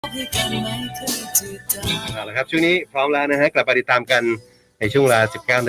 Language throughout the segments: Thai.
เอาละครับช่วงนี้พร้อมแล้วนะฮะกลับมาติดตามกันในช่วงเวลา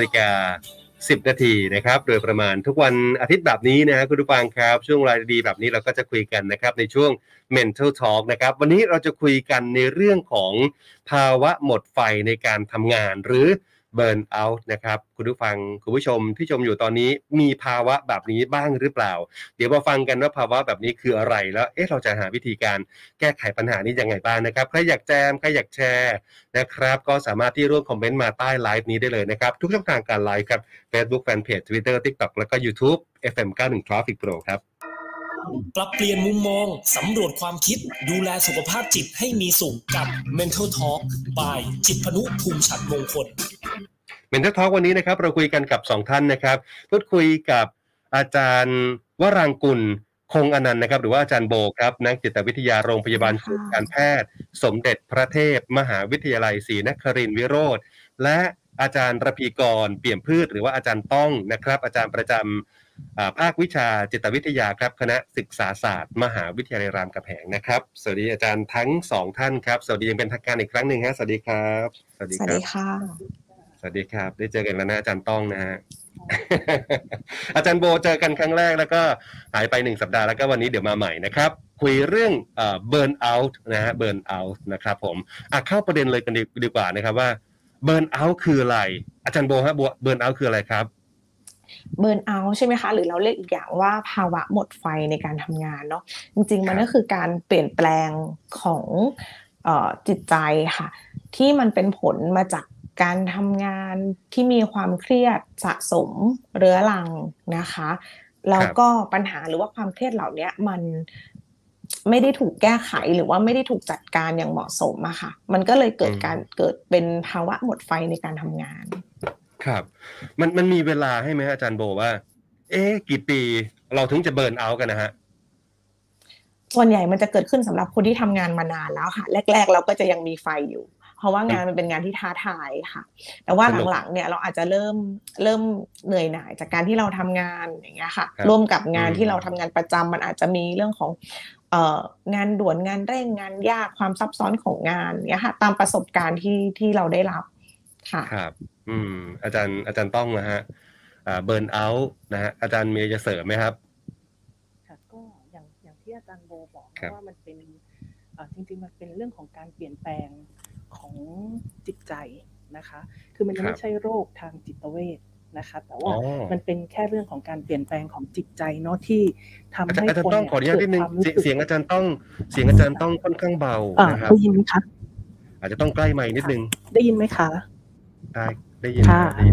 19:10 นาทีนะครับโดยประมาณทุกวันอาทิตย์แบบนี้นะฮะคุณผู้ฟังครับช่วงเวลาดีๆแบบนี้เราก็จะคุยกันนะครับในช่วง Mental Talk นะครับวันนี้เราจะคุยกันในเรื่องของภาวะหมดไฟในการทำงานหรือ Burn out นะครับคุณผู้ฟังคุณผู้ชมที่ชมอยู่ตอนนี้มีภาวะแบบนี้บ้างหรือเปล่าเดี๋ยวมาฟังกันว่าภาวะแบบนี้คืออะไรแล้วเราจะหาวิธีการแก้ไขปัญหานี้ยังไงบ้างนะครับใครอยากแจมใครอยากแชร์นะครับก็สามารถที่ร่วมคอมเมนต์มาใต้ไลฟ์นี้ได้เลยนะครับทุกช่องทางการไลฟ์ครับ Facebook Fanpage Twitter TikTok แล้วก็ YouTube FM91 Traffic Pro ครับปรับเปลี่ยนมุมมองสำรวจความคิดดูแลสุขภาพจิตให้มีสุขกับ Mental Talk by จิตพนุภูมิฉัตรมงคล Mental Talk วันนี้นะครับเราคุยกันกับ2ท่านนะครับพูดคุยกับอาจารย์วรางกุลคงอนันต์นะครับหรือว่าอาจารย์โบครับนักจิตวิทยาโรงพยาบาลศูนย์การแพทย์สมเด็จพระเทพมหาวิทยาลัยศรีนครินทร์วิโรธและอาจารย์ระพีกรเปี่ยมพืชหรือว่าอาจารย์ต้องนะครับอาจารย์ประจำภาควิชาจิตวิทยาครับคณะศึกษาศาสตร์มหาวิทยาลัยรามคำแหงนะครับสวัสดีอาจารย์ทั้ง2ท่านครับสวัสดียังเป็นทางการอีกครั้งนึงฮะสวัสดีครับสวัสดีค่ะสวัสดีครับได้เจอกันแล้วนะอาจารย์ต้องนะฮะ อาจารย์โบเจอกันครั้งแรกแล้วก็หายไป1สัปดาห์แล้วก็วันนี้เดี๋ยวมาใหม่นะครับคุยเรื่องburn out นะฮะ burn out นะครับผมเข้าประเด็นเลยกันดีกว่านะครับว่า burn out คืออะไรอาจารย์โบฮะburn out คืออะไรครับเบิร์นเอาท์ใช่ไหมคะหรือเราเรียกอีกอย่างว่าภาวะหมดไฟในการทำงานเนาะจริงๆมันก็คือการเปลี่ยนแปลงของจิตใจค่ะที่มันเป็นผลมาจากการทำงานที่มีความเครียดสะสมเรื้อรังนะคะแล้วก็ปัญหาหรือว่าความเครียดเหล่านี้มันไม่ได้ถูกแก้ไขหรือว่าไม่ได้ถูกจัดการอย่างเหมาะสมอะค่ะมันก็เลยเกิดเป็นภาวะหมดไฟในการทำงานครับมันมีเวลาให้ไหมอาจารย์โบว่ากี่ปีเราถึงจะเบิร์นเอาท์กันนะฮะส่วนใหญ่มันจะเกิดขึ้นสำหรับคนที่ทำงานมานานแล้วค่ะแรกๆเราก็จะยังมีไฟอยู่เพราะว่างานมันเป็นงานที่ท้าทายค่ะแต่ว่าหลังๆเนี่ยเราอาจจะเริ่มเหนื่อยหน่ายจากการที่เราทำงานอย่างเงี้ยค่ะร่วมกับงานที่เราทำงานประจำมันอาจจะมีเรื่องของงานด่วนงานเร่งงานยากความซับซ้อนของงานเนี้ยค่ะตามประสบการณ์ที่เราได้รับค่ะครับอาจารย์ต้องนะฮะเบิร์นเอาท์นะฮะอาจารย์มีจะเสริมไหมครับค่ะก็อย่างที่อาจารย์โบบอกว่ามันเป็นจริงๆมันเป็นเรื่องของการเปลี่ยนแปลงของจิตใจนะคะคือมันไม่ใช่โรคทางจิตเวชนะคะแต่ว่ามันเป็นแค่เรื่องของการเปลี่ยนแปลงของจิตใจเนาะที่ทำให้คนต้องขออนุญาตนิดนึงเสียงอาจารย์ต้องค่อนข้างเบานะครับได้ยินไหมคะอาจจะต้องใกล้ไมค์นิดนึงได้ยินไหมคะได้ยิน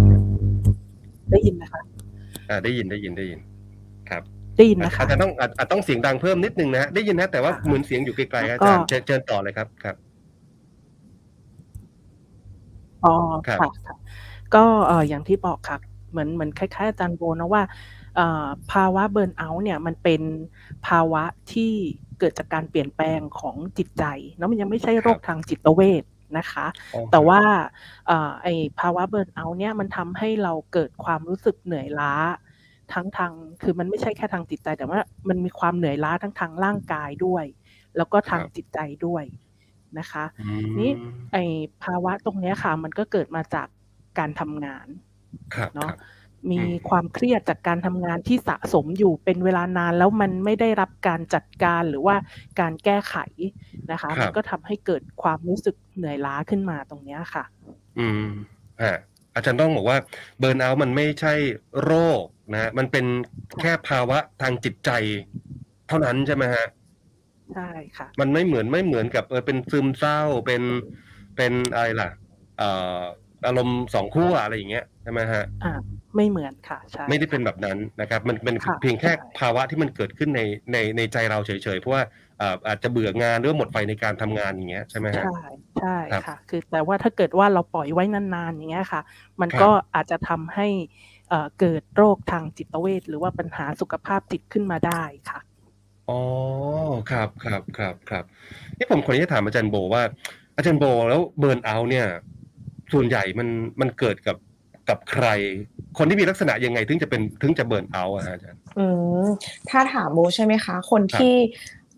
นะคะได้ยินครับได้ยินนะคะอาจจะต้องเสียงดังเพิ่มนิดนึงนะได้ยินนะแต่ว่าเหมือนเสียงอยู่ไกลๆอาจารย์เชิญต่อเลยครับอ๋อค่ะก็อย่างที่บอกค่ะเหมือนคล้ายๆอาจารย์โบนะว่าภาวะเบิร์นเอาท์เนี่ยมันเป็นภาวะที่เกิดจากการเปลี่ยนแปลงของจิตใจเนาะมันยังไม่ใช่โรคทางจิตเวชนะคะแต่ว่าไอ้ภาวะเบิร์นเอาท์เนี่ยมันทำให้เราเกิดความรู้สึกเหนื่อยล้าทั้งทางคือมันไม่ใช่แค่ทางจิตใจแต่ว่ามันมีความเหนื่อยล้าทั้งทางร่างกายด้วยแล้วก็ทางจิตใจด้วยนะคะนี่ไอ้ภาวะตรงนี้ค่ะมันก็เกิดมาจากการทำงานเนาะมีความเครียดจากการทำงานที่สะสมอยู่เป็นเวลานานแล้วมันไม่ได้รับการจัดการหรือว่าการแก้ไขนะคะมันก็ทำให้เกิดความรู้สึกเหนื่อยล้าขึ้นมาตรงนี้ค่ะอาจารย์ต้องบอกว่าเบิร์นเอาท์มันไม่ใช่โรคนะมันเป็นแค่ภาวะทางจิตใจเท่านั้นใช่ไหมฮะใช่ค่ะมันไม่เหมือนกับเป็นซึมเศร้าเป็นอะไรล่ะอารมณ์สองขั้วอะไรอย่างเงี้ยใช่ไหมฮะไม่เหมือนค่ะใช่ไม่ได้เป็นแบบนั้นนะครับมันเป็นเพียงแค่ภาวะที่มันเกิดขึ้นในใจเราเฉยๆเพราะว่าอาจจะเบื่องานหรือหมดไฟในการทำงานอย่างเงี้ยใช่ไหมฮะใช่ค่ะคือแต่ว่าถ้าเกิดว่าเราปล่อยไว้นานๆอย่างเงี้ยค่ะมันก็อาจจะทำให้เกิดโรคทางจิตเวชหรือว่าปัญหาสุขภาพจิตขึ้นมาได้ค่ะอ๋อครับนี่ผมขออนุญาตถามอาจารย์โบว่าอาจารย์โบแล้วเบิร์นเอาท์เนี่ยส่วนใหญ่มันเกิดกับใครคนที่มีลักษณะยังไงถึงจะเบิร์นเอาท์อาจารย์ถ้าถามโบใช่ไหมคะคนที่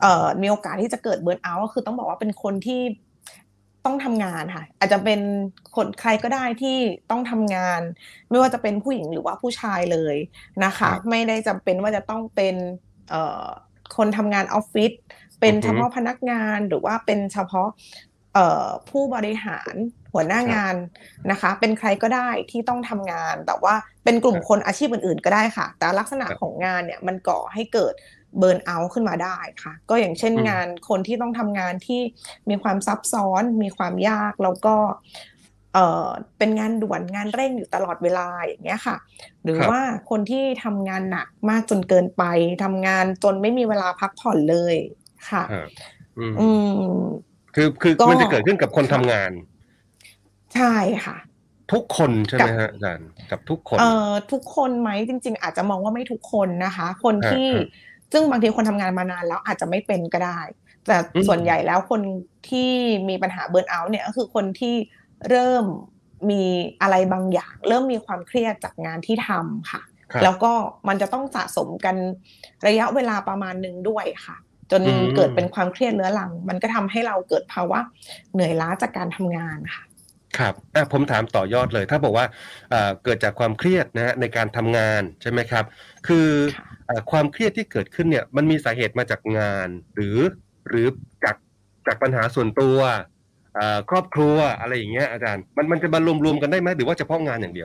มีโอกาสที่จะเกิดเบิร์นเอาท์ก็คือต้องบอกว่าเป็นคนที่ต้องทำงานค่ะอาจจะเป็นคนใครก็ได้ที่ต้องทำงานไม่ว่าจะเป็นผู้หญิงหรือว่าผู้ชายเลยนะครัคะบไม่ได้จำเป็นว่าจะต้องเป็นเอ่อคนทำงานออฟฟิศเป็อืนอเฉฮึพาะพนักงานหรือว่าเป็นเฉพาะผู้บริหารหัวหน้าครับงานนะคะเป็นใครก็ได้ที่ต้องทำงานแต่ว่าเป็นกลุ่คมรับคนอาชีพอื่นๆก็ได้ค่ะแต่ลักษณะครับของงานเนี่ยมันก่อให้เกิดเบิร์นเอาท์ขึ้นมาได้ค่ะก็อย่างเช่นอืมงานคนที่ต้องทำงานที่มีความซับซ้อนมีความยากแล้วก็เป็นงานด่วนงานเร่งอยู่ตลอดเวลาอย่างเงี้ยค่ะหรือครับว่าคนที่ทำงานหนักมากจนเกินไปทำงานจนไม่มีเวลาพักผ่อนเลยค่ะครับ อืมอืมคือก็มันจะเกิดขึ้นกับคนค่ะทำงานใช่ค่ะทุกคนใช่ไหกัมบครับอาจารย์ กับทุกคนทุกคนไหมจริงๆอาจจะมองว่าไม่ทุกคนนะคะคนคที่รับซึ่งบางทีคนทำงานมานานแล้วอาจจะไม่เป็นก็ได้แต่อืมส่วนใหญ่แล้วคนที่มีปัญหาเบิร์นเอาท์เนี่ยก็คือคนที่เริ่มมีอะไรบางอย่างเริ่มมีความเครียดจากงานที่ทำค่ะครัแล้บวก็มันจะต้องสะสมกันระยะเวลาประมาณหนึ่งด้วยค่ะจนอืเกิดเป็นมความเครียดเรื้อรังมันก็ทำให้เราเกิดภาวะเหนื่อยล้าจากการทำงานค่ะครับผมถามต่อยอดเลย ถ้าบอกว่าเกิดจากความเครียดนะครับในการทำงานใช่ไหมครับ คือค่ะความเครียดที่เกิดขึ้นเนี่ยมันมีสาเหตุมาจากงาน หรือจากปัญหาส่วนตัวครอบครัวอะไรอย่างเงี้ยอาจารย์มันจะมารวมๆกันได้ไหมหรือว่าเฉพาะงานอย่างเดียว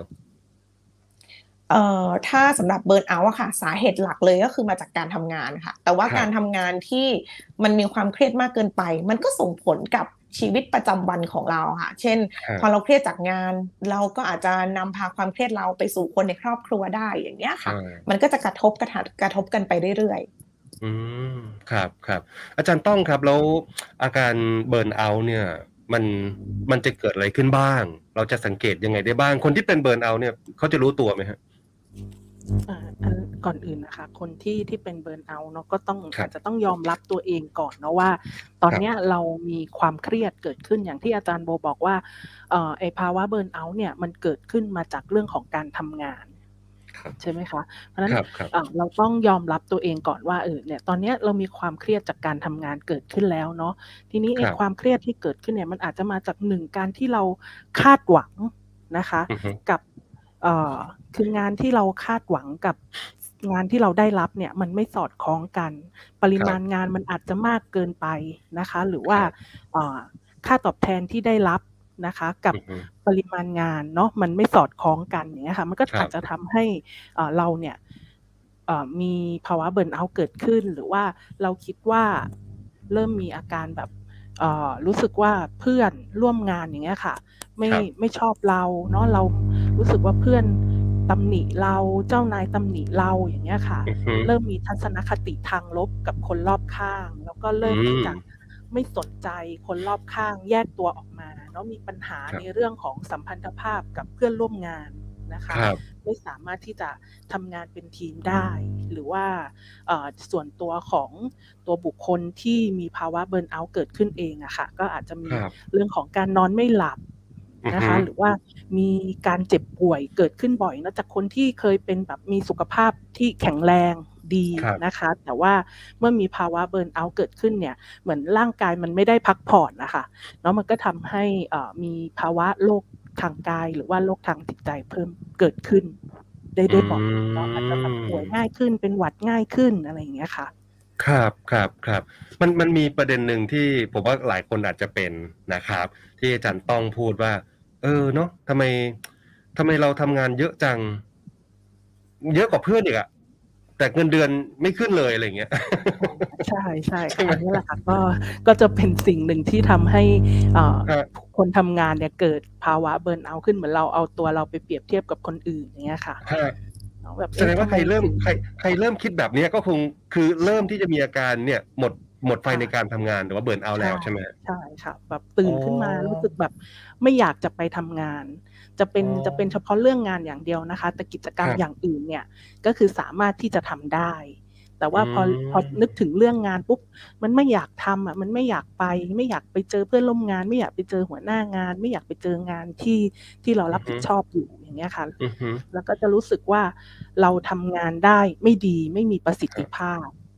ถ้าสำหรับเบิร์นเอาท์อะค่ะสาเหตุหลักเลยก็คือมาจากการทำงานค่ะแต่ว่าครับการทำงานที่มันมีความเครียดมากเกินไป มันก็ส่งผลกับชีวิตประจำวันของเราค่ะเช่นครับพอเราเครียดจากงาน เราก็อาจจะนำพาความเครียดเราไปสู่คนในครอบครัวได้อย่างเงี้ยค่ะ มันก็จะกระทบกันไปเรื่อยๆอืมครับครับอาจารย์ต้องครับแล้วอาการเบิร์นเอาท์เนี่ยมันจะเกิดอะไรขึ้นบ้าง เราจะสังเกตยังไงได้บ้าง คนที่เป็นเบิร์นเอาท์เนี่ยเขาจะรู้ตัวไหมฮะอันก่อนอื่นนะคะคนที่เป็นเบิร์นเอาท์เนาะก็ต้องครับอาจจะต้องยอมรับตัวเองก่อนเนาะว่า ตอนเนี้ยเรามีความเครียดเกิดขึ้นอย่างที่อาจารย์โบบอกว่าไอ้ภาวะเบิร์นเอาท์เนี่ยมันเกิดขึ้นมาจากเรื่องของการทำงานครับใช่ไหมคะเพราะฉะนั้นครับเราต้องยอมรับตัวเองก่อนว่าเนี่ยตอนเนี้ยเรามีความเครียดจากการทำงานเกิดขึ้นแล้วเนาะทีนี้ไอ้ครับความเครียดที่เกิดขึ้นเนี่ยมันอาจจะมาจากหนึ่งการที่เราคาดหวังนะคะอือฮึกับคืองานที่เราคาดหวังกับงานที่เราได้รับเนี่ยมันไม่สอดคล้องกัน ปริมาณงานมันอาจจะมากเกินไปนะคะ หรือว่าครับค่าตอบแทนที่ได้รับนะคะกับอือฮึปริมาณงานเนาะมันไม่สอดคล้องกันอย่างเงี้ยค่ะมันก็ครับอาจจะทำให้เราเนี่ยมีภาวะเบิร์นเอาท์เกิดขึ้น หรือว่าเราคิดว่าเริ่มมีอาการแบบรู้สึกว่าเพื่อนร่วมงานอย่างเงี้ยค่ะไม่ชอบเราเนาะเรารู้สึกว่าเพื่อนตำหนิเราเจ้านายตำหนิเราอย่างเงี้ยค่ะอือฮึเริ่มมีทัศนคติทางลบกับคนรอบข้าง แล้วก็เริ่มที่จะไม่สนใจคนรอบข้างแยกตัวออกมาเนาะมีปัญหาครับในเรื่องของสัมพันธภาพกับเพื่อนร่วมงานนะคะครับไม่สามารถที่จะทำงานเป็นทีมได้ หรือว่าส่วนตัวของตัวบุคคลที่มีภาวะเบิร์นเอาท์เกิดขึ้นเองอะค่ะก็อาจจะมีครับเรื่องของการนอนไม่หลับนะคะอือฮึหรือว่ามีการเจ็บป่วยเกิดขึ้นบ่อยนะจากคนที่เคยเป็นแบบมีสุขภาพที่แข็งแรงดีครับนะคะ แต่ว่าเมื่อมีภาวะเบิร์นเอาท์เกิดขึ้นเนี่ยเหมือนร่างกายมันไม่ได้พักผ่อนนะคะเนาะมันก็ทำให้มีภาวะโรคทางกายหรือว่าโรคทางจิตใจเพิ่มเกิดขึ้นได้บ่อยเนาะอาจจะแบบป่วยง่ายขึ้นเป็นหวัดง่ายขึ้นอะไรอย่างเงี้ยค่ะครับมันมีประเด็นหนึ่งที่ผมว่าหลายคนอาจจะเป็นนะครับ ที่อาจารย์ต้องพูดว่า เนาะทำไมเราทำงานเยอะจัง เยอะกว่าเพื่อนอีกอะแต่เงินเดือนไม่ขึ้นเลยอะไรอย่างเงี้ยใช่ใช่ใช่ไหมอันนี้แหละค่ะก็จะเป็นสิ่งหนึ่งที่ทำให้ครับคนทำงานเนี่ยเกิดภาวะเบิร์นเอาท์ขึ้นเหมือนเราเอาตัวเราไปเปรียบเทียบกับคนอื่นอย่างเงี้ยค่ะฮะแบบแสดงว่าทำใครเริ่มถึงใครเริ่มคิดแบบเนี้ยก็คงคือเริ่มที่จะมีอาการเนี่ยหมดไฟค่ะในการทำงานหรือว่าเบิร์นเอาท์แล้วใช่ไหมใช่ค่ะแบบตื่นขึ้นมารู้สึกแบบไม่อยากจะไปทำงาน จะเป็นเฉพาะเรื่องงานอย่างเดียวนะคะ แต่กิจกรรมครับอย่างอื่นเนี่ยก็คือสามารถที่จะทำได้ แต่ว่าพออืมพอนึกถึงเรื่องงานปุ๊บมันไม่อยากทำอ่ะมันไม่อยากไปไม่อยากไปเจอเพื่อนร่วมงาน ไม่อยากไปเจอหัวหน้างาน ไม่อยากไปเจองานที่เรารับผิดชอบอยู่อย่างเงี้ยค่ะอือฮึแล้วก็จะรู้สึกว่าเราทำงานได้ไม่ดีไม่มีประสิทธิภาพ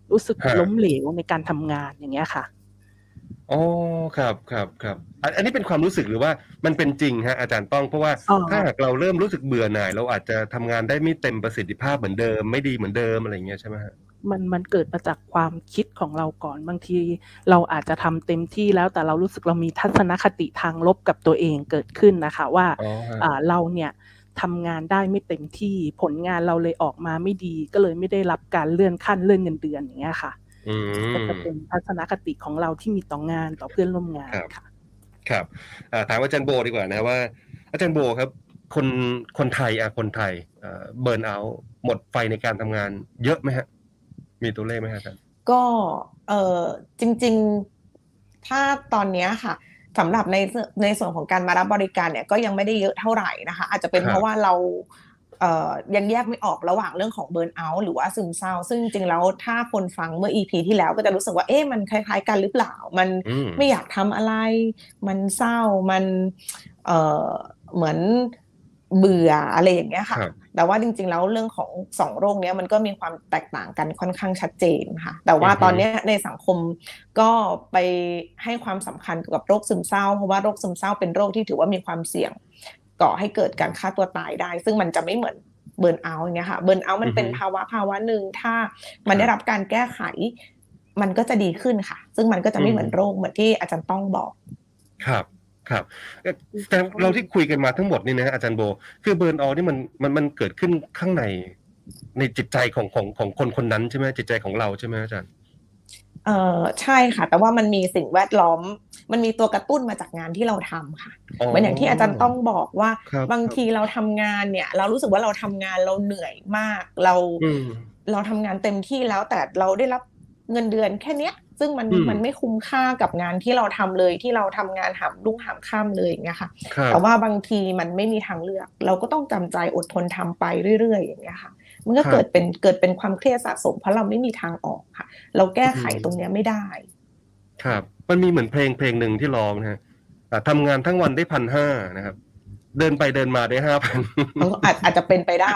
รู้สึกฮะล้มเหลวในการทำงานอย่างเงี้ยค่ะอ๋อครับอันนี้เป็นความรู้สึกหรือว่ามันเป็นจริงฮะอาจารย์ต้องเพราะว่าอ๋อถ้าหากเราเริ่มรู้สึกเบื่อหน่ายเราอาจจะทำงานได้ไม่เต็มประสิทธิภาพเหมือนเดิมไม่ดีเหมือนเดิมอะไรอย่างเงี้ยใช่ไหมฮะมันเกิดมาจากความคิดของเราก่อนบางทีเราอาจจะทำเต็มที่แล้วแต่เรารู้สึกเรามีทัศนคติทางลบกับตัวเองเกิดขึ้นนะคะว่าอ๋อฮะเราเนี่ยทำงานได้ไม่เต็มที่ผลงานเราเลยออกมาไม่ดีก็เลยไม่ได้รับการเลื่อนขั้นเลื่อนเงินเดือนอย่างเงี้ยค่ะอืก็จะมเป็นทัศนคติของเราที่มีต่องานต่อเพื่อนร่วมงาครับนค่ะครับถามอาจารย์โบดีกว่านะว่าอาจารย์โบครับคนไทยคนไทยเบิร์นเอาท์หมดไฟในการทำงานเยอะไหมฮะมีตัวเลขไหมฮะอาจารย์ก็จริงๆถ้าตอนเนี้ยค่ะสำหรับในส่วนของการมารับบริการเนี่ยก็ยังไม่ได้เยอะเท่าไหร่นะคะอาจจะเป็นเพราะว่าเรายังแยกไม่ออกระหว่างเรื่องของเบิร์นเอาท์หรือว่าซึมเศร้าซึ่งจริงๆแล้วถ้าคนฟังเมื่อ EP ที่แล้วก็จะรู้สึกว่าเอ๊ะมันคล้ายๆกันหรือเปล่ามันไม่อยากทำอะไรมันเศร้ามันเหมือนเบื่ออะไรอย่างเงี้ยค่ะแต่ว่าจริงๆแล้วเรื่องของ2โรคนี้มันก็มีความแตกต่างกันค่อนข้างชัดเจนค่ะแต่ว่าตอนนี้ในสังคมก็ไปให้ความสำคัญกับโรคซึมเศร้าเพราะว่าโรคซึมเศร้าเป็นโรคที่ถือว่ามีความเสี่ยงก่อให้เกิดการฆ่าตัวตายได้ซึ่งมันจะไม่เหมือนเบิร์นเอาท์อย่างเงี้ยค่ะเบิร์นเอาท์มันเป็นภาวะหนึ่งถ้ามันได้รับการแก้ไขมันก็จะดีขึ้นค่ะซึ่งมันก็จะไม่เหมือนโรคเหมือนที่อาจารย์ต้องบอกครับแต่เราที่คุยกันมาทั้งหมดนี่นะอาจารย์โบคือเบิร์นเอาท์นี่มันเกิดขึ้นข้างในจิตใจของคนนั้นใช่ไหมจิตใจของเราใช่ไหมอาจารย์ใช่ค่ะแต่ว่ามันมีสิ่งแวดล้อมมันมีตัวกระตุ้นมาจากงานที่เราทำค่ะเหมือนอย่างที่อาจารย์ต้องบอกว่าบางทีเราทำงานเนี่ยเรารู้สึกว่าเราทำงานเราเหนื่อยมากเราทำงานเต็มที่แล้วแต่เราได้รับเงินเดือนแค่เนี้ยซึ่งมันไม่คุ้มค่ากับงานที่เราทำเลยที่เราทำงานหามรุ่งหามค่ำเลยอย่างเงี้ยค่ะแต่ว่าบางทีมันไม่มีทางเลือกเราก็ต้องจำใจอดทนทำไปเรื่อยๆอย่างเงี้ยค่ะมันก็เกิดเป็นความเครียดสะสมเพราะเราไม่มีทางออกค่ะเราแก้ไขตรงนี้ไม่ได้ครับมันมีเหมือนเพลงหนึ่งที่ร้องนะฮะทำงานทั้งวันได้1,500นะครับเดินไปเดินมาได้5,000 อาจจะเป็นไปได้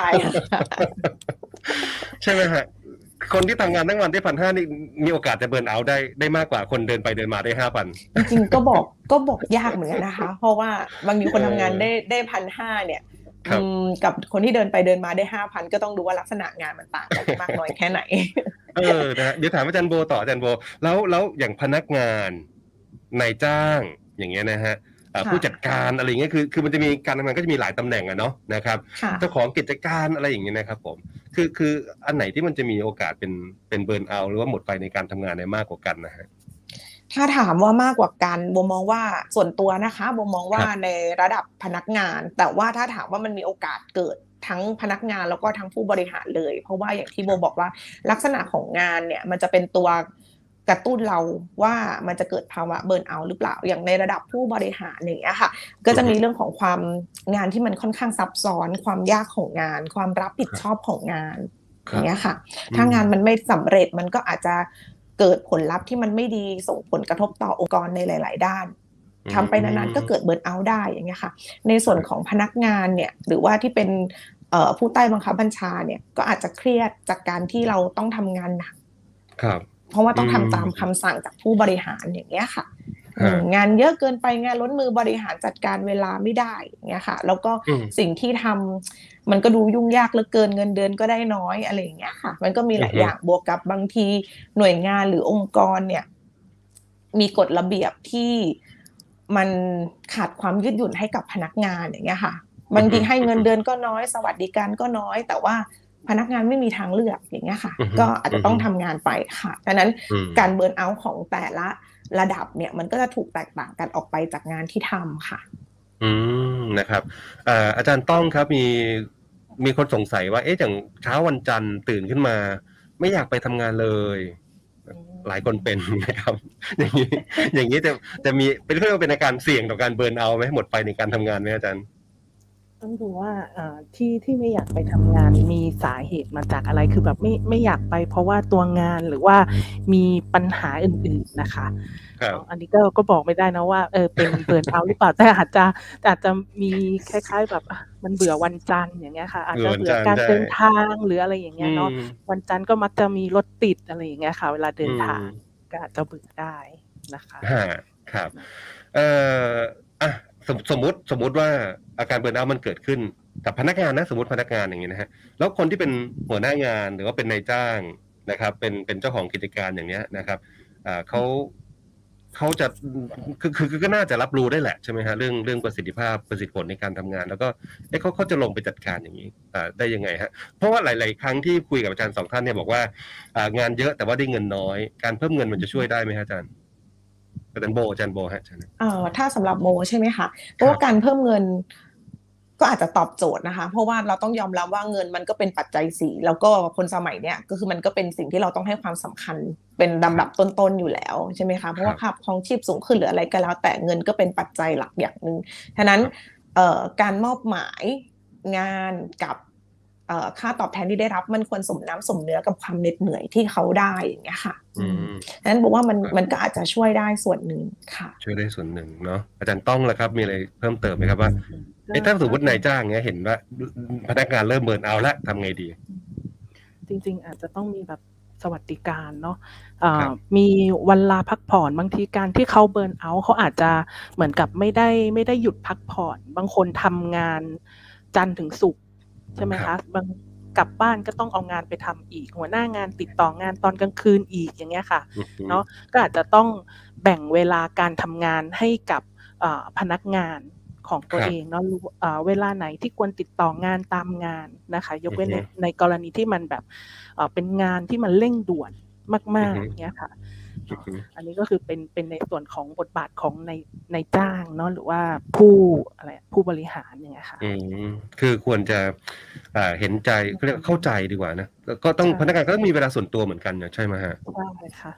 ใช่ไหมฮะคนที่ทำงานทั้งวันได้1,500นี่มีโอกาสจะเบิร์นเอาท์ได้มากกว่าคนเดินไปเดินมาได้5,000 จริงๆก็บอกยากเหมือนกันนะคะเพราะว่าบางทีคนทำงานได้1,500เนี่ยกับคนที่เดินไปเดินมาได้5,000ก็ต้องดูว่าลักษณะงานมันต่างกันมากน้อยแค่ไหนนะเดี๋ยวถามอาจารย์โบต่ออาจารย์โบแล้วอย่างพนักงานนายจ้างอย่างเงี้ยนะฮะผู้จัดการอะไรอย่างเงี้ยคือมันจะมีการทำงานก็จะมีหลายตำแหน่งเนาะนะครับเจ้าของกิจการอะไรอย่างเงี้ยนะครับผมคืออันไหนที่มันจะมีโอกาสเป็นเบิร์นเอาท์หรือว่าหมดไฟในการทำงานได้มากกว่ากันนะฮะถ้าถามว่ามากกว่ากันโบมองว่าส่วนตัวนะคะโบมองว่าในระดับพนักงานแต่ว่าถ้าถามว่ามันมีโอกาสเกิดทั้งพนักงานแล้วก็ทั้งผู้บริหารเลยเพราะว่าอย่างที่โบบอกว่าลักษณะของงานเนี่ยมันจะเป็นตัวกระตุ้นเราว่ามันจะเกิดภาวะเบิร์นเอาท์หรือเปล่าอย่างในระดับผู้บริหารอย่างเงี้ยค่ะก็จะมีเรื่องของความงานที่มันค่อนข้างซับซ้อนความยากของงานความรับผิดชอบของงานอย่างเงี้ยค่ะถ้างานมันไม่สำเร็จมันก็อาจจะเกิดผลลัพธ์ที่มันไม่ดีส่งผลกระทบต่อองค์กรในหลายๆด้านทำไปนานๆก็เกิดเบิร์นเอาท์ได้อย่างเงี้ยค่ะในส่วนของพนักงานเนี่ยหรือว่าที่เป็นผู้ใต้บังคับบัญชาเนี่ยก็อาจจะเครียดจากการที่เราต้องทำงานหนักเพราะว่าต้องทำตามคำสั่งจากผู้บริหารอย่างเงี้ยค่ะงานเยอะเกินไปงานล้นมือบริหารจัดการเวลาไม่ได้อย่างเงี้ยค่ะแล้วก็สิ่งที่ทำมันก็ดูยุ่งยากเหลือเกินเงินเดือนก็ได้น้อยอะไรอย่างเงี้ยค่ะมันก็มีหลายอย่างบวกกับบางทีหน่วยงานหรือองค์กรเนี่ยมีกฎระเบียบที่มันขาดความยืดหยุ่นให้กับพนักงานอย่างเงี้ยค่ะบางทีให้เงินเดือนก็น้อยสวัสดิการก็น้อยแต่ว่าพนักงานไม่มีทางเลือกอย่างเงี้ยค่ะก็อาจจะต้องทำงานไปค่ะดังนั้นการเบิร์นเอาท์ของแต่ละระดับเนี่ยมันก็จะถูกแตกต่างกันออกไปจากงานที่ทำค่ะนะครับอาจารย์ต้องครับมีคนสงสัยว่าอย่างเช้าวันจันทร์ตื่นขึ้นมาไม่อยากไปทำงานเลยหลายคนเป็นนะครับอย่างนี้จะมีเป็นเรื่องเป็นอาการเสี่ยงต่อการเบิร์นเอาท์ไหมหมดไฟในการทำงานไหมอาจารย์ต้องดูว่าที่ไม่อยากไปทำงานมีสาเหตุมาจากอะไรคือแบบไม่อยากไปเพราะว่าตัวงานหรือว่ามีปัญหาอื่นๆนะคะอันนี้ก็บอกไม่ได้นะว่าเป็นเบิร์นเอาท์หรือเปล่าแต่อาจจะมีคล้ายๆแบบมันเบื่อวันจันทร์อย่างเงี้ยค่ะอาจจะวันเบื่อจันทร์การใช่เดินทางหรืออะไรอย่างเงี้ยเนาะอืมวันจันทร์ก็มักจะมีรถติดอะไรอย่างเงี้ยค่ะ เวลาเดิอืนทางมก็อาจจะเบื่อได้นะคะครับเอ่ออ่ะสมมุติว่าอาการเบิร์นเอาท์มันเกิดขึ้นกับพนักงานนะสมมติพนักงานอย่างนี้นะฮะแล้วคนที่เป็นหัวหน้างานหรือว่าเป็นนายจ้างนะครับเป็นเจ้าของกิจการอย่างเนี้ยนะครับเขาจะคือก็น่าจะรับรู้ได้แหละใช่ไหมฮะเรื่องประสิทธิภาพประสิทธิผลในการทำงาน แล้วก็เขาจะลงไปจัดการอย่างนี้ได้ยังไงฮะเพราะว่าหลายๆครั้งที่คุยกับอาจารย์สองท่านเนี่ยบอกว่างานเยอะแต่ว่าได้เงินน้อยการเพิ่มเงินมันจะช่วยได้ไหมฮะอาจารย์อาจารย์โบฮะอาจารย์ถ้าสำหรับโบใช่ไหมคะเพราะว่าการเพิ่มเงินก็อาจจะตอบโจทย์นะคะเพราะว่าเราต้องยอมรับว่าเงินมันก็เป็นปัจจัยสี่แล้วก็คนสมัยเนี้ยก็คือมันก็เป็นสิ่งที่เราต้องให้ความสำคัญเป็นลำดับต้นๆอยู่แล้วใช่ไหมคะเพราะว่าค่าครองชีพสูงขึ้นหรืออะไรก็แล้วแต่เงินก็เป็นปัจจัยหลักอย่างหนึ่งฉะนั้นการมอบหมายงานกับค่าตอบแทนที่ได้รับมันควรสมน้ำสมเนื้อกับความเหน็ดเหนื่อยที่เขาได้อย่างเงี้ยค่ะนั้นบอกว่ามันก็อาจจะช่วยได้ส่วนหนึ่งค่ะช่วยได้ส่วนหนึ่งเนาะอาจารย์ต้องละครับมีอะไรเพิ่มเติมไหมครับว่าถ้าสมมตินายจ้างเงี้ยเห็นว่าพนักงานเริ่มเบิร์นเอาท์แล้วทำไงดีจริงๆอาจจะต้องมีแบบสวัสดิการเนาะมีวันลาพักผ่อนบางทีการที่เขาเบิร์นเอาท์เขาอาจจะเหมือนกับไม่ได้หยุดพักผ่อนบางคนทำงานจันทร์ถึงศุกร์ใช่ไหมคะบางกลับบ้านก็ต้องเอางานไปทำอีกหัวหน้างานติดต่องานตอนกลางคืนอีกอย่างเงี้ยค่ะเนาะก็อาจจะต้องแบ่งเวลาการทำงานให้กับพนักงานของตัวเองเนาะเวลาไหนที่ควรติดต่องานตามงานนะคะยกเว้นในกรณีที่มันแบบเป็นงานที่มันเร่งด่วนมากๆเงี้ยค่ะอันนี้ก็คือเป็นในส่วนของบทบาทของในจ้างเนาะหรือว่าผู้บริหารอย่างเงี้ยค่ะคือควรจะเห็นใจเรียกเข้าใจดีกว่านะก็ต้องพนักงานก็ต้องมีเวลาส่วนตัวเหมือนกันใช่ไหมฮะใช่ค่ะ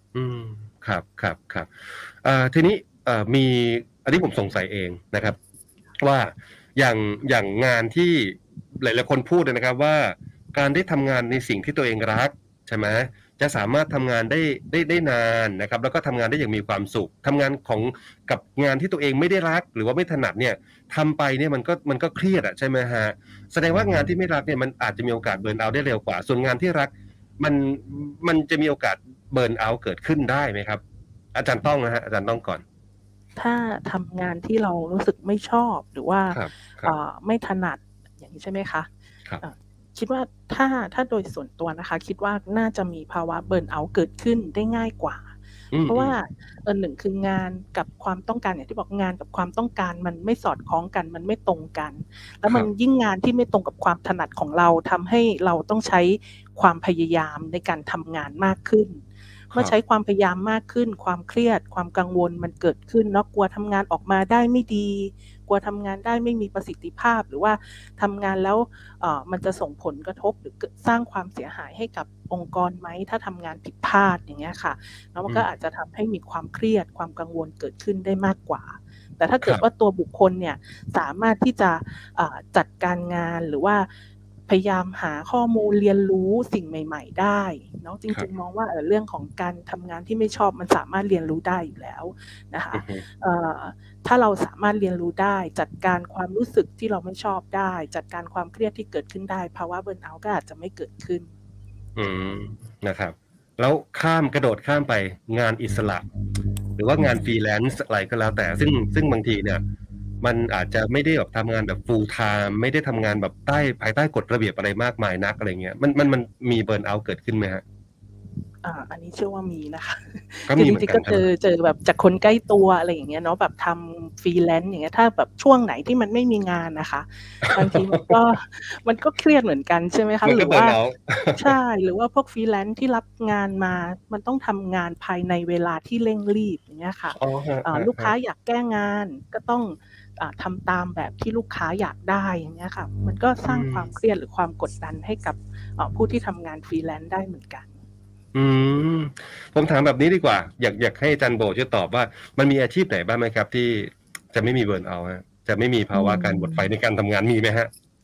ครับทีนี้มีอันนี้ผมสงสัยเองนะครับว่าอย่างงานที่หลายๆคนพูดนะครับว่าการได้ทำงานในสิ่งที่ตัวเองรักใช่ไหมจะสามารถทำงานได้นานนะครับแล้วก็ทำงานได้อย่างมีความสุขทำงานกับงานที่ตัวเองไม่ได้รักหรือว่าไม่ถนัดเนี่ยทำไปเนี่ยมันก็เครียดใช่ไหมฮะแสดงว่างานที่ไม่รักเนี่ยมันอาจจะมีโอกาสเบิร์นเอาท์ได้เร็วกว่าส่วนงานที่รักมันจะมีโอกาสเบิร์นเอาท์เกิดขึ้นได้ไหมครับอาจารย์ต้องนะฮะอาจารย์ต้องก่อนถ้าทำงานที่เรารู้สึกไม่ชอบหรือว่าไม่ถนัดอย่างนี้ใช่ไหมคะคิดว่าถ้าโดยส่วนตัวนะคะคิดว่าน่าจะมีภาวะเบิร์นเอาท์เกิดขึ้นได้ง่ายกว่าเพราะว่าหนึ่งคืองานกับความต้องการอย่างที่บอกงานกับความต้องการมันไม่สอดคล้องกันมันไม่ตรงกันแล้วมันยิ่งงานที่ไม่ตรงกับความถนัดของเราทำให้เราต้องใช้ความพยายามในการทำงานมากขึ้นเมื่อใช้ความพยายามมากขึ้นความเครียดความกังวลมันเกิดขึ้นเนาะกลัวทำงานออกมาได้ไม่ดีกลัวทำงานได้ไม่มีประสิทธิภาพหรือว่าทำงานแล้วมันจะส่งผลกระทบหรือสร้างความเสียหายให้กับองค์กรไหมถ้าทำงานผิดพลาดอย่างเงี้ยค่ะแล้วมันก็อาจจะทำให้มีความเครียดความกังวลเกิดขึ้นได้มากกว่าแต่ถ้าเกิดว่าตัวบุคคลเนี่ยสามารถที่จะจัดการงานหรือว่าพยายามหาข้อมูลเรียนรู้สิ่งใหม่ๆได้เนาะจริงๆมองว่าเรื่องของการทำงานที่ไม่ชอบมันสามารถเรียนรู้ได้อยู่แล้วนะคะถ้าเราสามารถเรียนรู้ได้จัดการความรู้สึกที่เราไม่ชอบได้จัดการความเครียดที่เกิดขึ้นได้ภาวะเบิร์นเอาท์ก็อาจจะไม่เกิดขึ้นนะครับแล้วกระโดดข้ามไปงานอิสระหรือว่างานฟรีแลนซ์อะไรก็แล้วแต่ซึ่งบางทีเนี่ยมันอาจจะไม่ได้แบบทำงานแบบ full time ไม่ได้ทำงานแบบภายใต้กฎระเบียบอะไรมากมายนักอะไรเงี้ยมันมีเบิร์นเอาท์เกิดขึ้นไหมฮะอันนี้เชื่อว่ามีนะคะคือจริงๆก็เจอแบบจากคนใกล้ตัวอะไรอย่างเงี้ยเนาะแบบทำฟรีแลนซ์อย่างเงี้ยถ้าแบบช่วงไหนที่มันไม่มีงานนะคะบางทีมันก็เครียดเหมือนกันใช่ไหมคะหรือว่าใช่หรือว่าพวกฟรีแลนซ์ที่รับงานมามันต้องทำงานภายในเวลาที่เร่งรีบอย่างเงี้ยค่ะลูกค้าอยากแก้งานก็ต้องทำตามแบบที่ลูกค้าอยากได้อย่างเงี้ยค่ะมันก็สร้างความเครียดหรือความกดดันให้กับผู้ที่ทำงานฟรีแลนซ์ได้เหมือนกันผมถามแบบนี้ดีกว่าอยากให้อาจารย์โบช่วยตอบว่ามันมีอาชีพไหนบ้างไหมครับที่จะไม่มีเบิร์นเอาท์จะไม่มีภาวะการหมดไฟในการทำงานมีไหมฮะ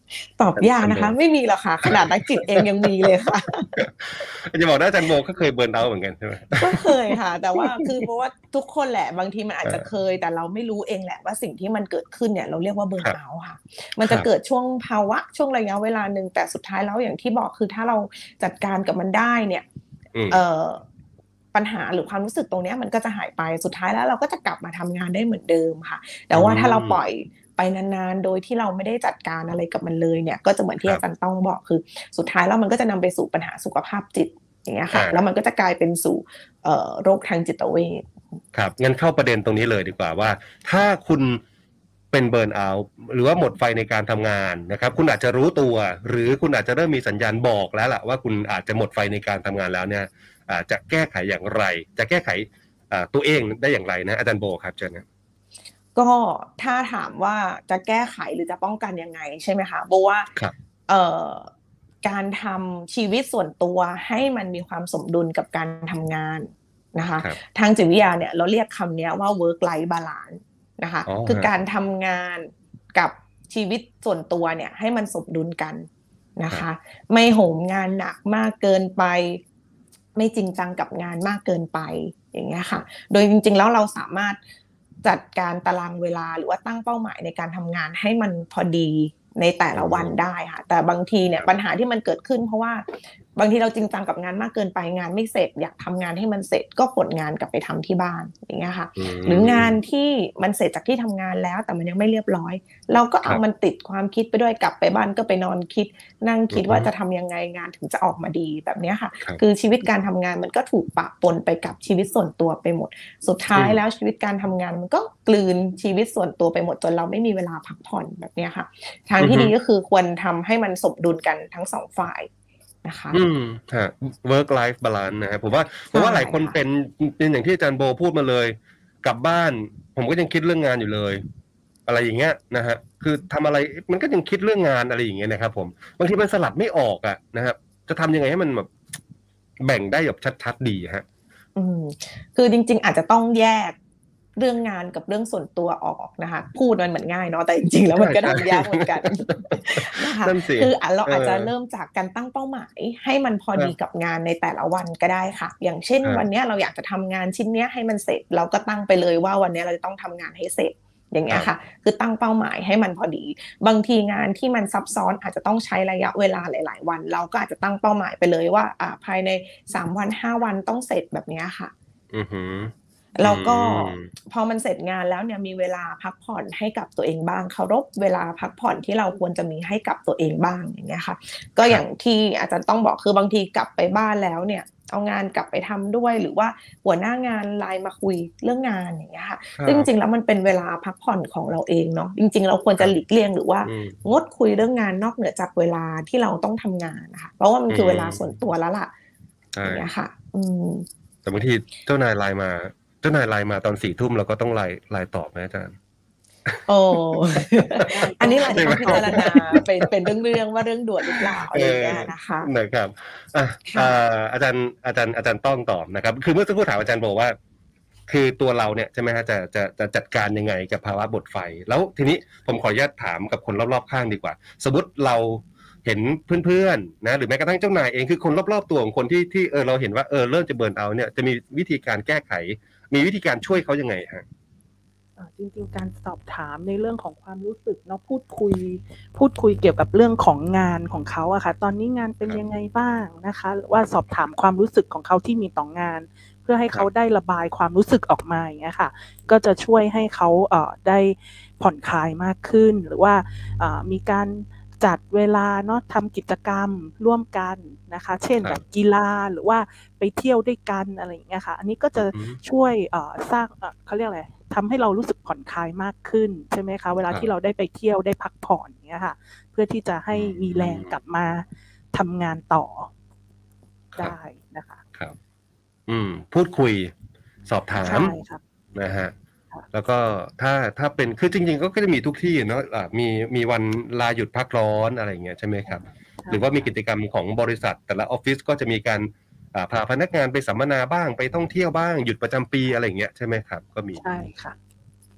ตอบยากนะคะ ไม่มีหรอกค่ะ ขนาดนักจิตเองยังมีเลยค่ะจะบอกนะอาจารย์โบก็เคยเบิร์นเอาท์เหมือนกันใช่ไหมก็เคยค่ะ แต่ว่าคือเพราะว่าทุกคนแหละบางทีมันอาจจะเคย แต่เราไม่รู้เองแหละว่าสิ่งที่มันเกิดขึ้นเนี่ยเราเรียกว่าเบิร์นเอาท์ค่ะ มันจะเกิดช่วงภาวะช่วงระยะเวลาหนึ่งแต่สุดท้ายแล้วอย่างที่บอกคือถ้าเราจัดการกับมันได้เนี่ยปัญหาหรือความรู้สึกตรงนี้มันก็จะหายไปสุดท้ายแล้วเราก็จะกลับมาทำงานได้เหมือนเดิมค่ะแต่ว่าถ้าเราปล่อยไปนานๆโดยที่เราไม่ได้จัดการอะไรกับมันเลยเนี่ยก็จะเหมือนที่อาจารย์ต้องบอกคือสุดท้ายแล้วมันก็จะนำไปสู่ปัญหาสุขภาพจิตอย่างเงี้ยค่ะแล้วมันก็จะกลายเป็นสู่โรคทางจิตเวชครับงั้นเข้าประเด็นตรงนี้เลยดีกว่าว่าถ้าคุณเป็นเบิร์นเอาท์หรือว่าหมดไฟในการทำงานนะครับคุณอาจจะรู้ตัวหรือคุณอาจจะเริ่มมีสัญญาณบอกแล้วล่ะว่าคุณอาจจะหมดไฟในการทำงานแล้วเนี่ยจะแก้ไขอย่างไรจะแก้ไขตัวเองได้อย่างไรนะอาจารย์โบครับเชิญนะก็ถ้าถามว่าจะแก้ไขหรือจะป้องกันยังไงใช่ไหมคะโบว่าการทำชีวิตส่วนตัวให้มันมีความสมดุลกับการทำงานนะคะทางจิตวิทยาเนี่ยเราเรียกคำนี้ว่า work life balance นะคะคือการทำงานกับชีวิตส่วนตัวเนี่ยให้มันสมดุลกันนะคะไม่โหมงานหนักมากเกินไปไม่จริงจังกับงานมากเกินไปอย่างเงี้ยค่ะโดยจริงๆแล้วเราสามารถจัดการตารางเวลาหรือว่าตั้งเป้าหมายในการทำงานให้มันพอดีในแต่ละวันได้ค่ะแต่บางทีเนี่ยปัญหาที่มันเกิดขึ้นเพราะว่าบางทีเราจริงจังกับงานมากเกินไปงานไม่เสร็จอยากทำงานให้มันเสร็จก็กดงานกลับไปทำที่บ้านอย่างเงี้ยค่ะหรืองานที่มันเสร็จจากที่ทำงานแล้วแต่มันยังไม่เรียบร้อยเราก็เอามันติดความคิดไปด้วยกลับไปบ้านก็ไปนอนคิดนั่งคิดว่าจะทำยังไงงานถึงจะออกมาดีแบบนี้ค่ะคือชีวิตการทำงานมันก็ถูกปะปนไปกับชีวิตส่วนตัวไปหมดสุดท้ายแล้วชีวิตการทำงานมันก็กลืนชีวิตส่วนตัวไปหมดจนเราไม่มีเวลาพักผ่อนแบบนี้ค่ะทางที่ดีก็คือควรทำให้มันสมดุลกันทั้งสองฝ่ายนะคะ work life balance นะครับผมว่าหลายคนเป็นอย่างที่อาจารย์โบพูดมาเลยกลับบ้านผมก็ยังคิดเรื่องงานอยู่เลยอะไรอย่างเงี้ยนะฮะคือทำอะไรมันก็ยังคิดเรื่องงานอะไรอย่างเงี้ยนะครับผมบางทีมันสลัดไม่ออกอ่ะนะครับจะทำยังไงให้มันแบบแบ่งได้แบบชัดๆดีฮะคือจริงๆอาจจะต้องแยกเรื่องงานกับเรื่องส่วนตัวออกนะคะพูดมันเหมือนง่ายเนาะแต่จริงๆแล้วมันก็ทำยากเหมือนกันนะคะคือเราอาจจะเริ่มจากการตั้งเป้าหมายให้มันพอดีกับงานในแต่ละวันก็ได้ค่ะอย่างเช่นวันนี้เราอยากจะทำงานชิ้นนี้ให้มันเสร็จเราก็ตั้งไปเลยว่าวันนี้เราจะต้องทำงานให้เสร็จอย่างเงี้ยค่ะคือตั้งเป้าหมายให้มันพอดีบางทีงานที่มันซับซ้อนอาจจะต้องใช้ระยะเวลาหลายๆวันเราก็อาจจะตั้งเป้าหมายไปเลยว่าภายใน3วัน5วันต้องเสร็จแบบนี้ค่ะแล้วก็พอมันเสร็จงานแล้วเนี่ยมีเวลาพักผ่อนให้กับตัวเองบ้างเคารพเวลาพักผ่อนที่เราควรจะมีให้กับตัวเองบ้างอย่างเงี้ยค่ะก็อย่างที่อาจารย์ต้องบอกคือบางทีกลับไปบ้านแล้วเนี่ยเอางานกลับไปทำด้วยหรือว่าหัวหน้างานไลน์มาคุยเรื่องงานอย่างเงี้ยค่ะซึ่งจริงๆแล้วมันเป็นเวลาพักผ่อนของเราเองเนาะจริงๆเราควรจะหลีกเลี่ยงหรือว่างดคุยเรื่องงานนอกเหนือจากเวลาที่เราต้องทำงานนะคะเพราะว่ามันคือเวลาส่วนตัวแล้วล่ะอย่างเงี้ยค่ะแต่บางทีเจ้านายไลน์มาตอน4 ทุ่มเราก็ต้องไลน์ตอบไหมอาจารย์โอ้อันนี้เราต้องพิจารณาเป็นเรื่องว่าเรื่องด่วนหรือเปล่าอะไรอย่างเงี้ยนะคะนะครับอาจารย์ต้องตอบนะครับคือเมื่อสักครู่ถามอาจารย์บอกว่าคือตัวเราเนี่ยใช่ไหมฮะจะจัดการยังไงกับภาวะหมดไฟแล้วทีนี้ผมขออนุญาตถามกับคนรอบๆข้างดีกว่าสมมติเราเห็นเพื่อนๆนะหรือแม้กระทั่งเจ้านายเองคือคนรอบๆตัวของคนที่เราเห็นว่าเริ่มจะเบิร์นเอาท์เนี่ยจะมีวิธีการแก้ไขมีวิธีการช่วยเขายังไงฮะจริงๆการสอบถามในเรื่องของความรู้สึกเนาะพูดคุยเกี่ยวกับเรื่องของงานของเขาอะค่ะตอนนี้งานเป็นยังไงบ้างนะคะหรือว่าสอบถามความรู้สึกของเขาที่มีต่องานเพื่อให้เขาได้ระบายความรู้สึกออกมาอย่างเงี้ยค่ะก็จะช่วยให้เขาได้ผ่อนคลายมากขึ้นหรือว่ามีการจัดเวลาเนาะทำกิจกรรมร่วมกันนะคะเช่นแบบกีฬาหรือว่าไปเที่ยวด้วยกันอะไรอย่างเงี้ยค่ะอันนี้ก็จะช่วยสร้างเขาเรียกอะไรทำให้เรารู้สึกผ่อนคลายมากขึ้นใช่ไหมคะเวลาที่เราได้ไปเที่ยวได้พักผ่อนอย่างเงี้ยค่ะเพื่อที่จะให้มีแรงกลับมาทำงานต่อได้นะคะครับพูดคุยสอบถามนะฮะแล้วก็ถ้าเป็นคือจริงๆก็จะมีทุกที่เนาะมีวันลาหยุดพักร้อนอะไรอย่างเงี้ยใช่ไหมครับหรือว่ามีกิจกรรมของบริษัทแต่ละออฟฟิศก็จะมีการพาพนักงานไปสัมมนาบ้างไปท่องเที่ยวบ้างหยุดประจำปีอะไรอย่างเงี้ยใช่ไหมครับก็มีใช่ค่ะ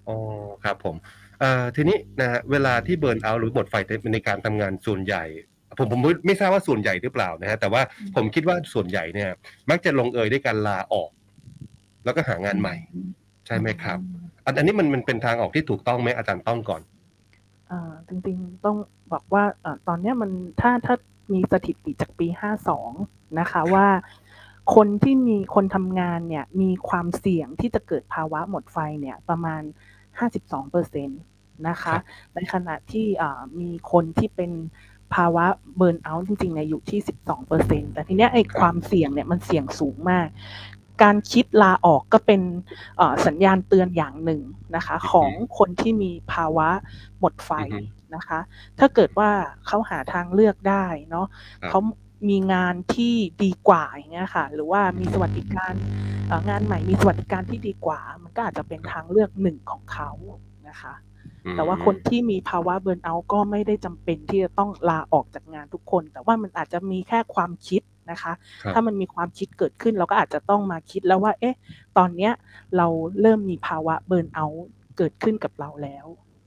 อ๋อครับผมทีนี้นะฮะเวลาที่เบิร์นเอาท์หรือหมดไฟในการทำงานส่วนใหญ่ผมไม่ทราบว่าส่วนใหญ่หรือเปล่านะฮะแต่ว่าผมคิดว่าส่วนใหญ่เนี่ยมักจะลงเอยด้วยการลาออกแล้วก็หางานใหม่ใช่ไหมครับอันนี้มันเป็นทางออกที่ถูกต้องไหมอาจารย์ต้องก่อนจริงๆต้องบอกว่าตอนเนี้ยมันถ้ามีสถิติจากปี52นะคะว่าคนทำงานเนี่ยมีความเสี่ยงที่จะเกิดภาวะหมดไฟเนี่ยประมาณ 52%นะคะในขณะที่มีคนที่เป็นภาวะเบิร์นเอาท์จริงๆเนี่ยอยู่ที่ 12%แต่ทีเนี้ยไอ้ความเสี่ยงเนี่ยมันเสี่ยงสูงมากการคิดลาออกก็เป็นสัญญาณเตือนอย่างหนึ่งนะคะของคนที่มีภาวะหมดไฟนะคะถ้าเกิดว่าเขาหาทางเลือกได้เนาะเขามีงานที่ดีกว่าอย่างเงี้ยค่ะหรือว่ามีสวัสดิการงานใหม่มีสวัสดิการที่ดีกว่ามันก็อาจจะเป็นทางเลือกหนึ่งของเขานะคะแต่ว่าคนที่มีภาวะเบิร์นเอาท์ก็ไม่ได้จำเป็นที่จะต้องลาออกจากงานทุกคนแต่ว่ามันอาจจะมีแค่ความคิดนะคะถ้ามันมีความคิดเกิดขึ้นเราก็อาจจะต้องมาคิดแล้วว่าตอนเนี้ยเราเริ่มมีภาวะเบิร์นเอาท์เกิดขึ้นกับเราแล้ว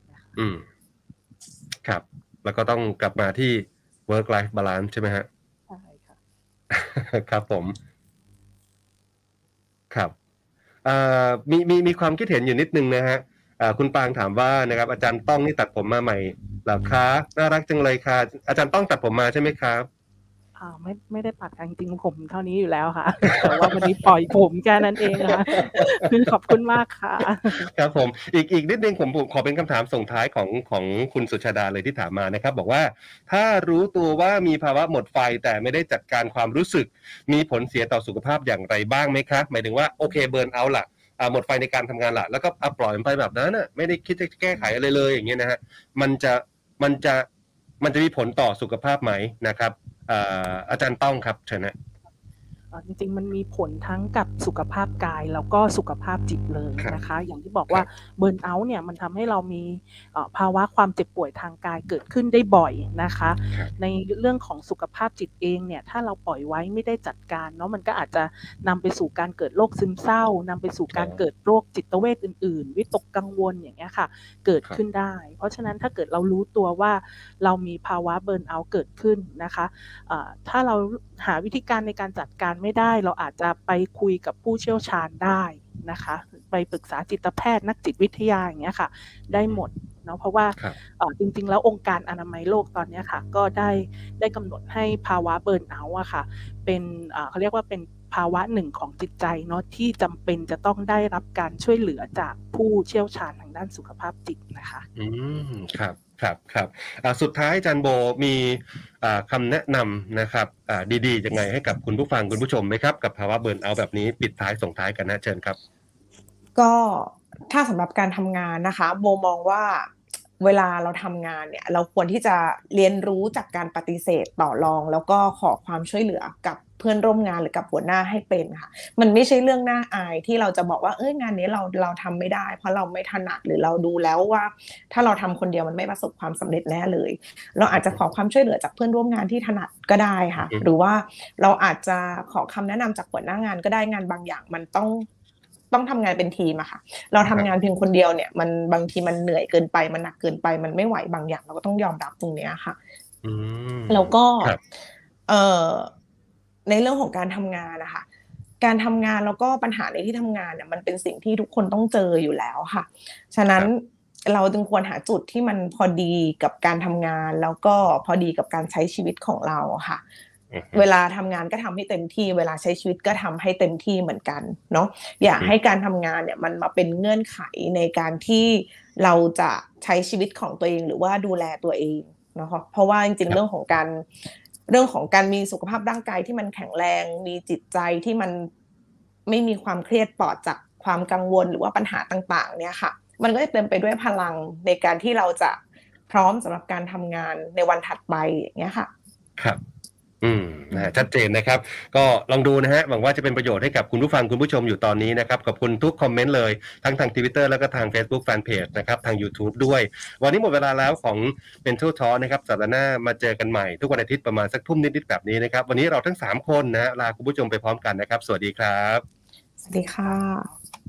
ครับแล้วก็ต้องกลับมาที่ work life balance ใช่ไหมฮะใช่ค่ะครับผมครับมีความคิดเห็นอยู่นิดนึงนะฮะคุณปางถามว่านะครับอาจารย์ต้องนี่ตัดผมมาใหม่เหรอคะน่ารักจังเลยค่ะอาจารย์ต้องตัดผมมาใช่ไหมครับไม่ได้ตัดจริงๆผมเท่านี้อยู่แล้วค่ะแต่ว่าวันนี้ปล่อยผมแค่นั้นเองค่ะขอบคุณมากค่ะครับผมอีกนิดนึงผมขอเป็นคำถามส่งท้ายของคุณสุชาดาเลยที่ถามมานะครับบอกว่าถ้ารู้ตัวว่ามีภาวะหมดไฟแต่ไม่ได้จัดการความรู้สึกมีผลเสียต่อสุขภาพอย่างไรบ้างไหมครับหมายถึงว่าโอเคเบิร์นเอาท์ล่ะหมดไฟในการทำงานละแล้วก็ปล่อยมันไปแบบนั้นน่ะไม่ได้คิดจะแก้ไขอะไรเลยอย่างเงี้ยนะฮะมันจะมีผลต่อสุขภาพไหมนะครับอาจารย์ต้องครับเชิญนะจริงๆมันมีผลทั้งกับสุขภาพกายแล้วก็สุขภาพจิตเลยนะคะอย่างที่บอกว่าเบิร์นเอาท์เนี่ยมันทำให้เรามีภาวะความเจ็บป่วยทางกายเกิดขึ้นได้บ่อยนะคะในเรื่องของสุขภาพจิตเองเนี่ยถ้าเราปล่อยไว้ไม่ได้จัดการเนาะมันก็อาจจะนำไปสู่การเกิดโรคซึมเศร้านำไปสู่การเกิดโรคจิตเวชอื่นๆวิตกกังวลอย่างเงี้ยค่ะเกิดขึ้นได้เพราะฉะนั้นถ้าเกิดเรารู้ตัวว่าเรามีภาวะเบิร์นเอาท์เกิดขึ้นนะคะถ้าเราหาวิธีการในการจัดการไม่ได้เราอาจจะไปคุยกับผู้เชี่ยวชาญได้นะคะไปปรึกษาจิตแพทย์นักจิตวิทยาอย่างเงี้ยค่ะได้หมดเนาะเพราะว่าจริงๆแล้วองค์การอนามัยโลกตอนนี้ค่ะก็ได้กำหนดให้ภาวะเบิร์นเอาท์อะค่ะเป็นเขาเรียกว่าเป็นภาวะหนึ่งของจิตใจเนาะที่จำเป็นจะต้องได้รับการช่วยเหลือจากผู้เชี่ยวชาญทางด้านสุขภาพจิตนะคะครับสุดท้ายอาจารย์โบมีคำแนะนำนะครับดีๆยังไงให้กับคุณผู้ฟังคุณผู้ชมไหมครับกับภาวะเบิร์นเอาท์แบบนี้ปิดท้ายส่งท้ายกันนะเชิญครับก็ถ้าสำหรับการทำงานนะคะโบมองว่าเวลาเราทำงานเนี่ยเราควรที่จะเรียนรู้จากการปฏิเสธต่อรองแล้วก็ขอความช่วยเหลือกับเพื่อนร่วมงานหรือกับหัวหน้าให้เป็นค่ะมันไม่ใช่เรื่องน่าอายที่เราจะบอกว่างานนี้เราทำไม่ได้เพราะเราไม่ถนัดหรือเราดูแล้วว่าถ้าเราทำคนเดียวมันไม่ประสบความสำเร็จแน่เลยเราอาจจะขอความช่วยเหลือจากเพื่อนร่วมงานที่ถนัดก็ได้ค่ะหรือว่าเราอาจจะขอคำแนะนำจากหัวหน้างานก็ได้งานบางอย่างมันต้องทำงานเป็นทีมอะค่ะเราทำงานเพียงคนเดียวเนี่ยมันบางทีมันเหนื่อยเกินไปมันหนักเกินไปมันไม่ไหวบางอย่างเราก็ต้องยอมรับตรงนี้ค่ะแล้วก็ในเรื่องของการทำงานนะคะการทำงานแล้วก็ปัญหาในที่ทำงานเนี่ยมันเป็นสิ่งที่ทุกคนต้องเจออยู่แล้วค่ะฉะนั้นเราจึงควรหาจุดที่มันพอดีกับการทำงานแล้วก็พอดีกับการใช้ชีวิตของเราค่ะเวลาทำงานก็ทำให้เต็มที่เวลาใช้ชีวิตก็ทำให้เต็มที่เหมือนกันเนาะอย่าให้การทำงานเนี่ยมันมาเป็นเงื่อนไขในการที่เราจะใช้ชีวิตของตัวเองหรือว่าดูแลตัวเองนะคะเพราะว่าจริงๆเรื่องของการมีสุขภาพร่างกายที่มันแข็งแรงมีจิตใจที่มันไม่มีความเครียดปลอดจากความกังวลหรือว่าปัญหาต่างๆเนี่ยค่ะมันก็จะเต็มไปด้วยพลังในการที่เราจะพร้อมสำหรับการทำงานในวันถัดไปอย่างเงี้ยค่ะครับชัดเจนนะครับก็ลองดูนะฮะหวังว่าจะเป็นประโยชน์ให้กับคุณผู้ฟังคุณผู้ชมอยู่ตอนนี้นะครับขอบคุณทุกคอมเมนต์เลยทั้งทาง Twitter แล้วก็ทาง Facebook Fanpage นะครับทาง YouTube ด้วยวันนี้หมดเวลาแล้วของ Mental Talk นะครับสัปดาห์หน้ามาเจอกันใหม่ทุกวันอาทิตย์ประมาณสักทุ่มนิดๆแบบนี้นะครับวันนี้เราทั้ง3คนนะลาคุณผู้ชมไปพร้อมกันนะครับสวัสดีครับสวัสดีค่ะ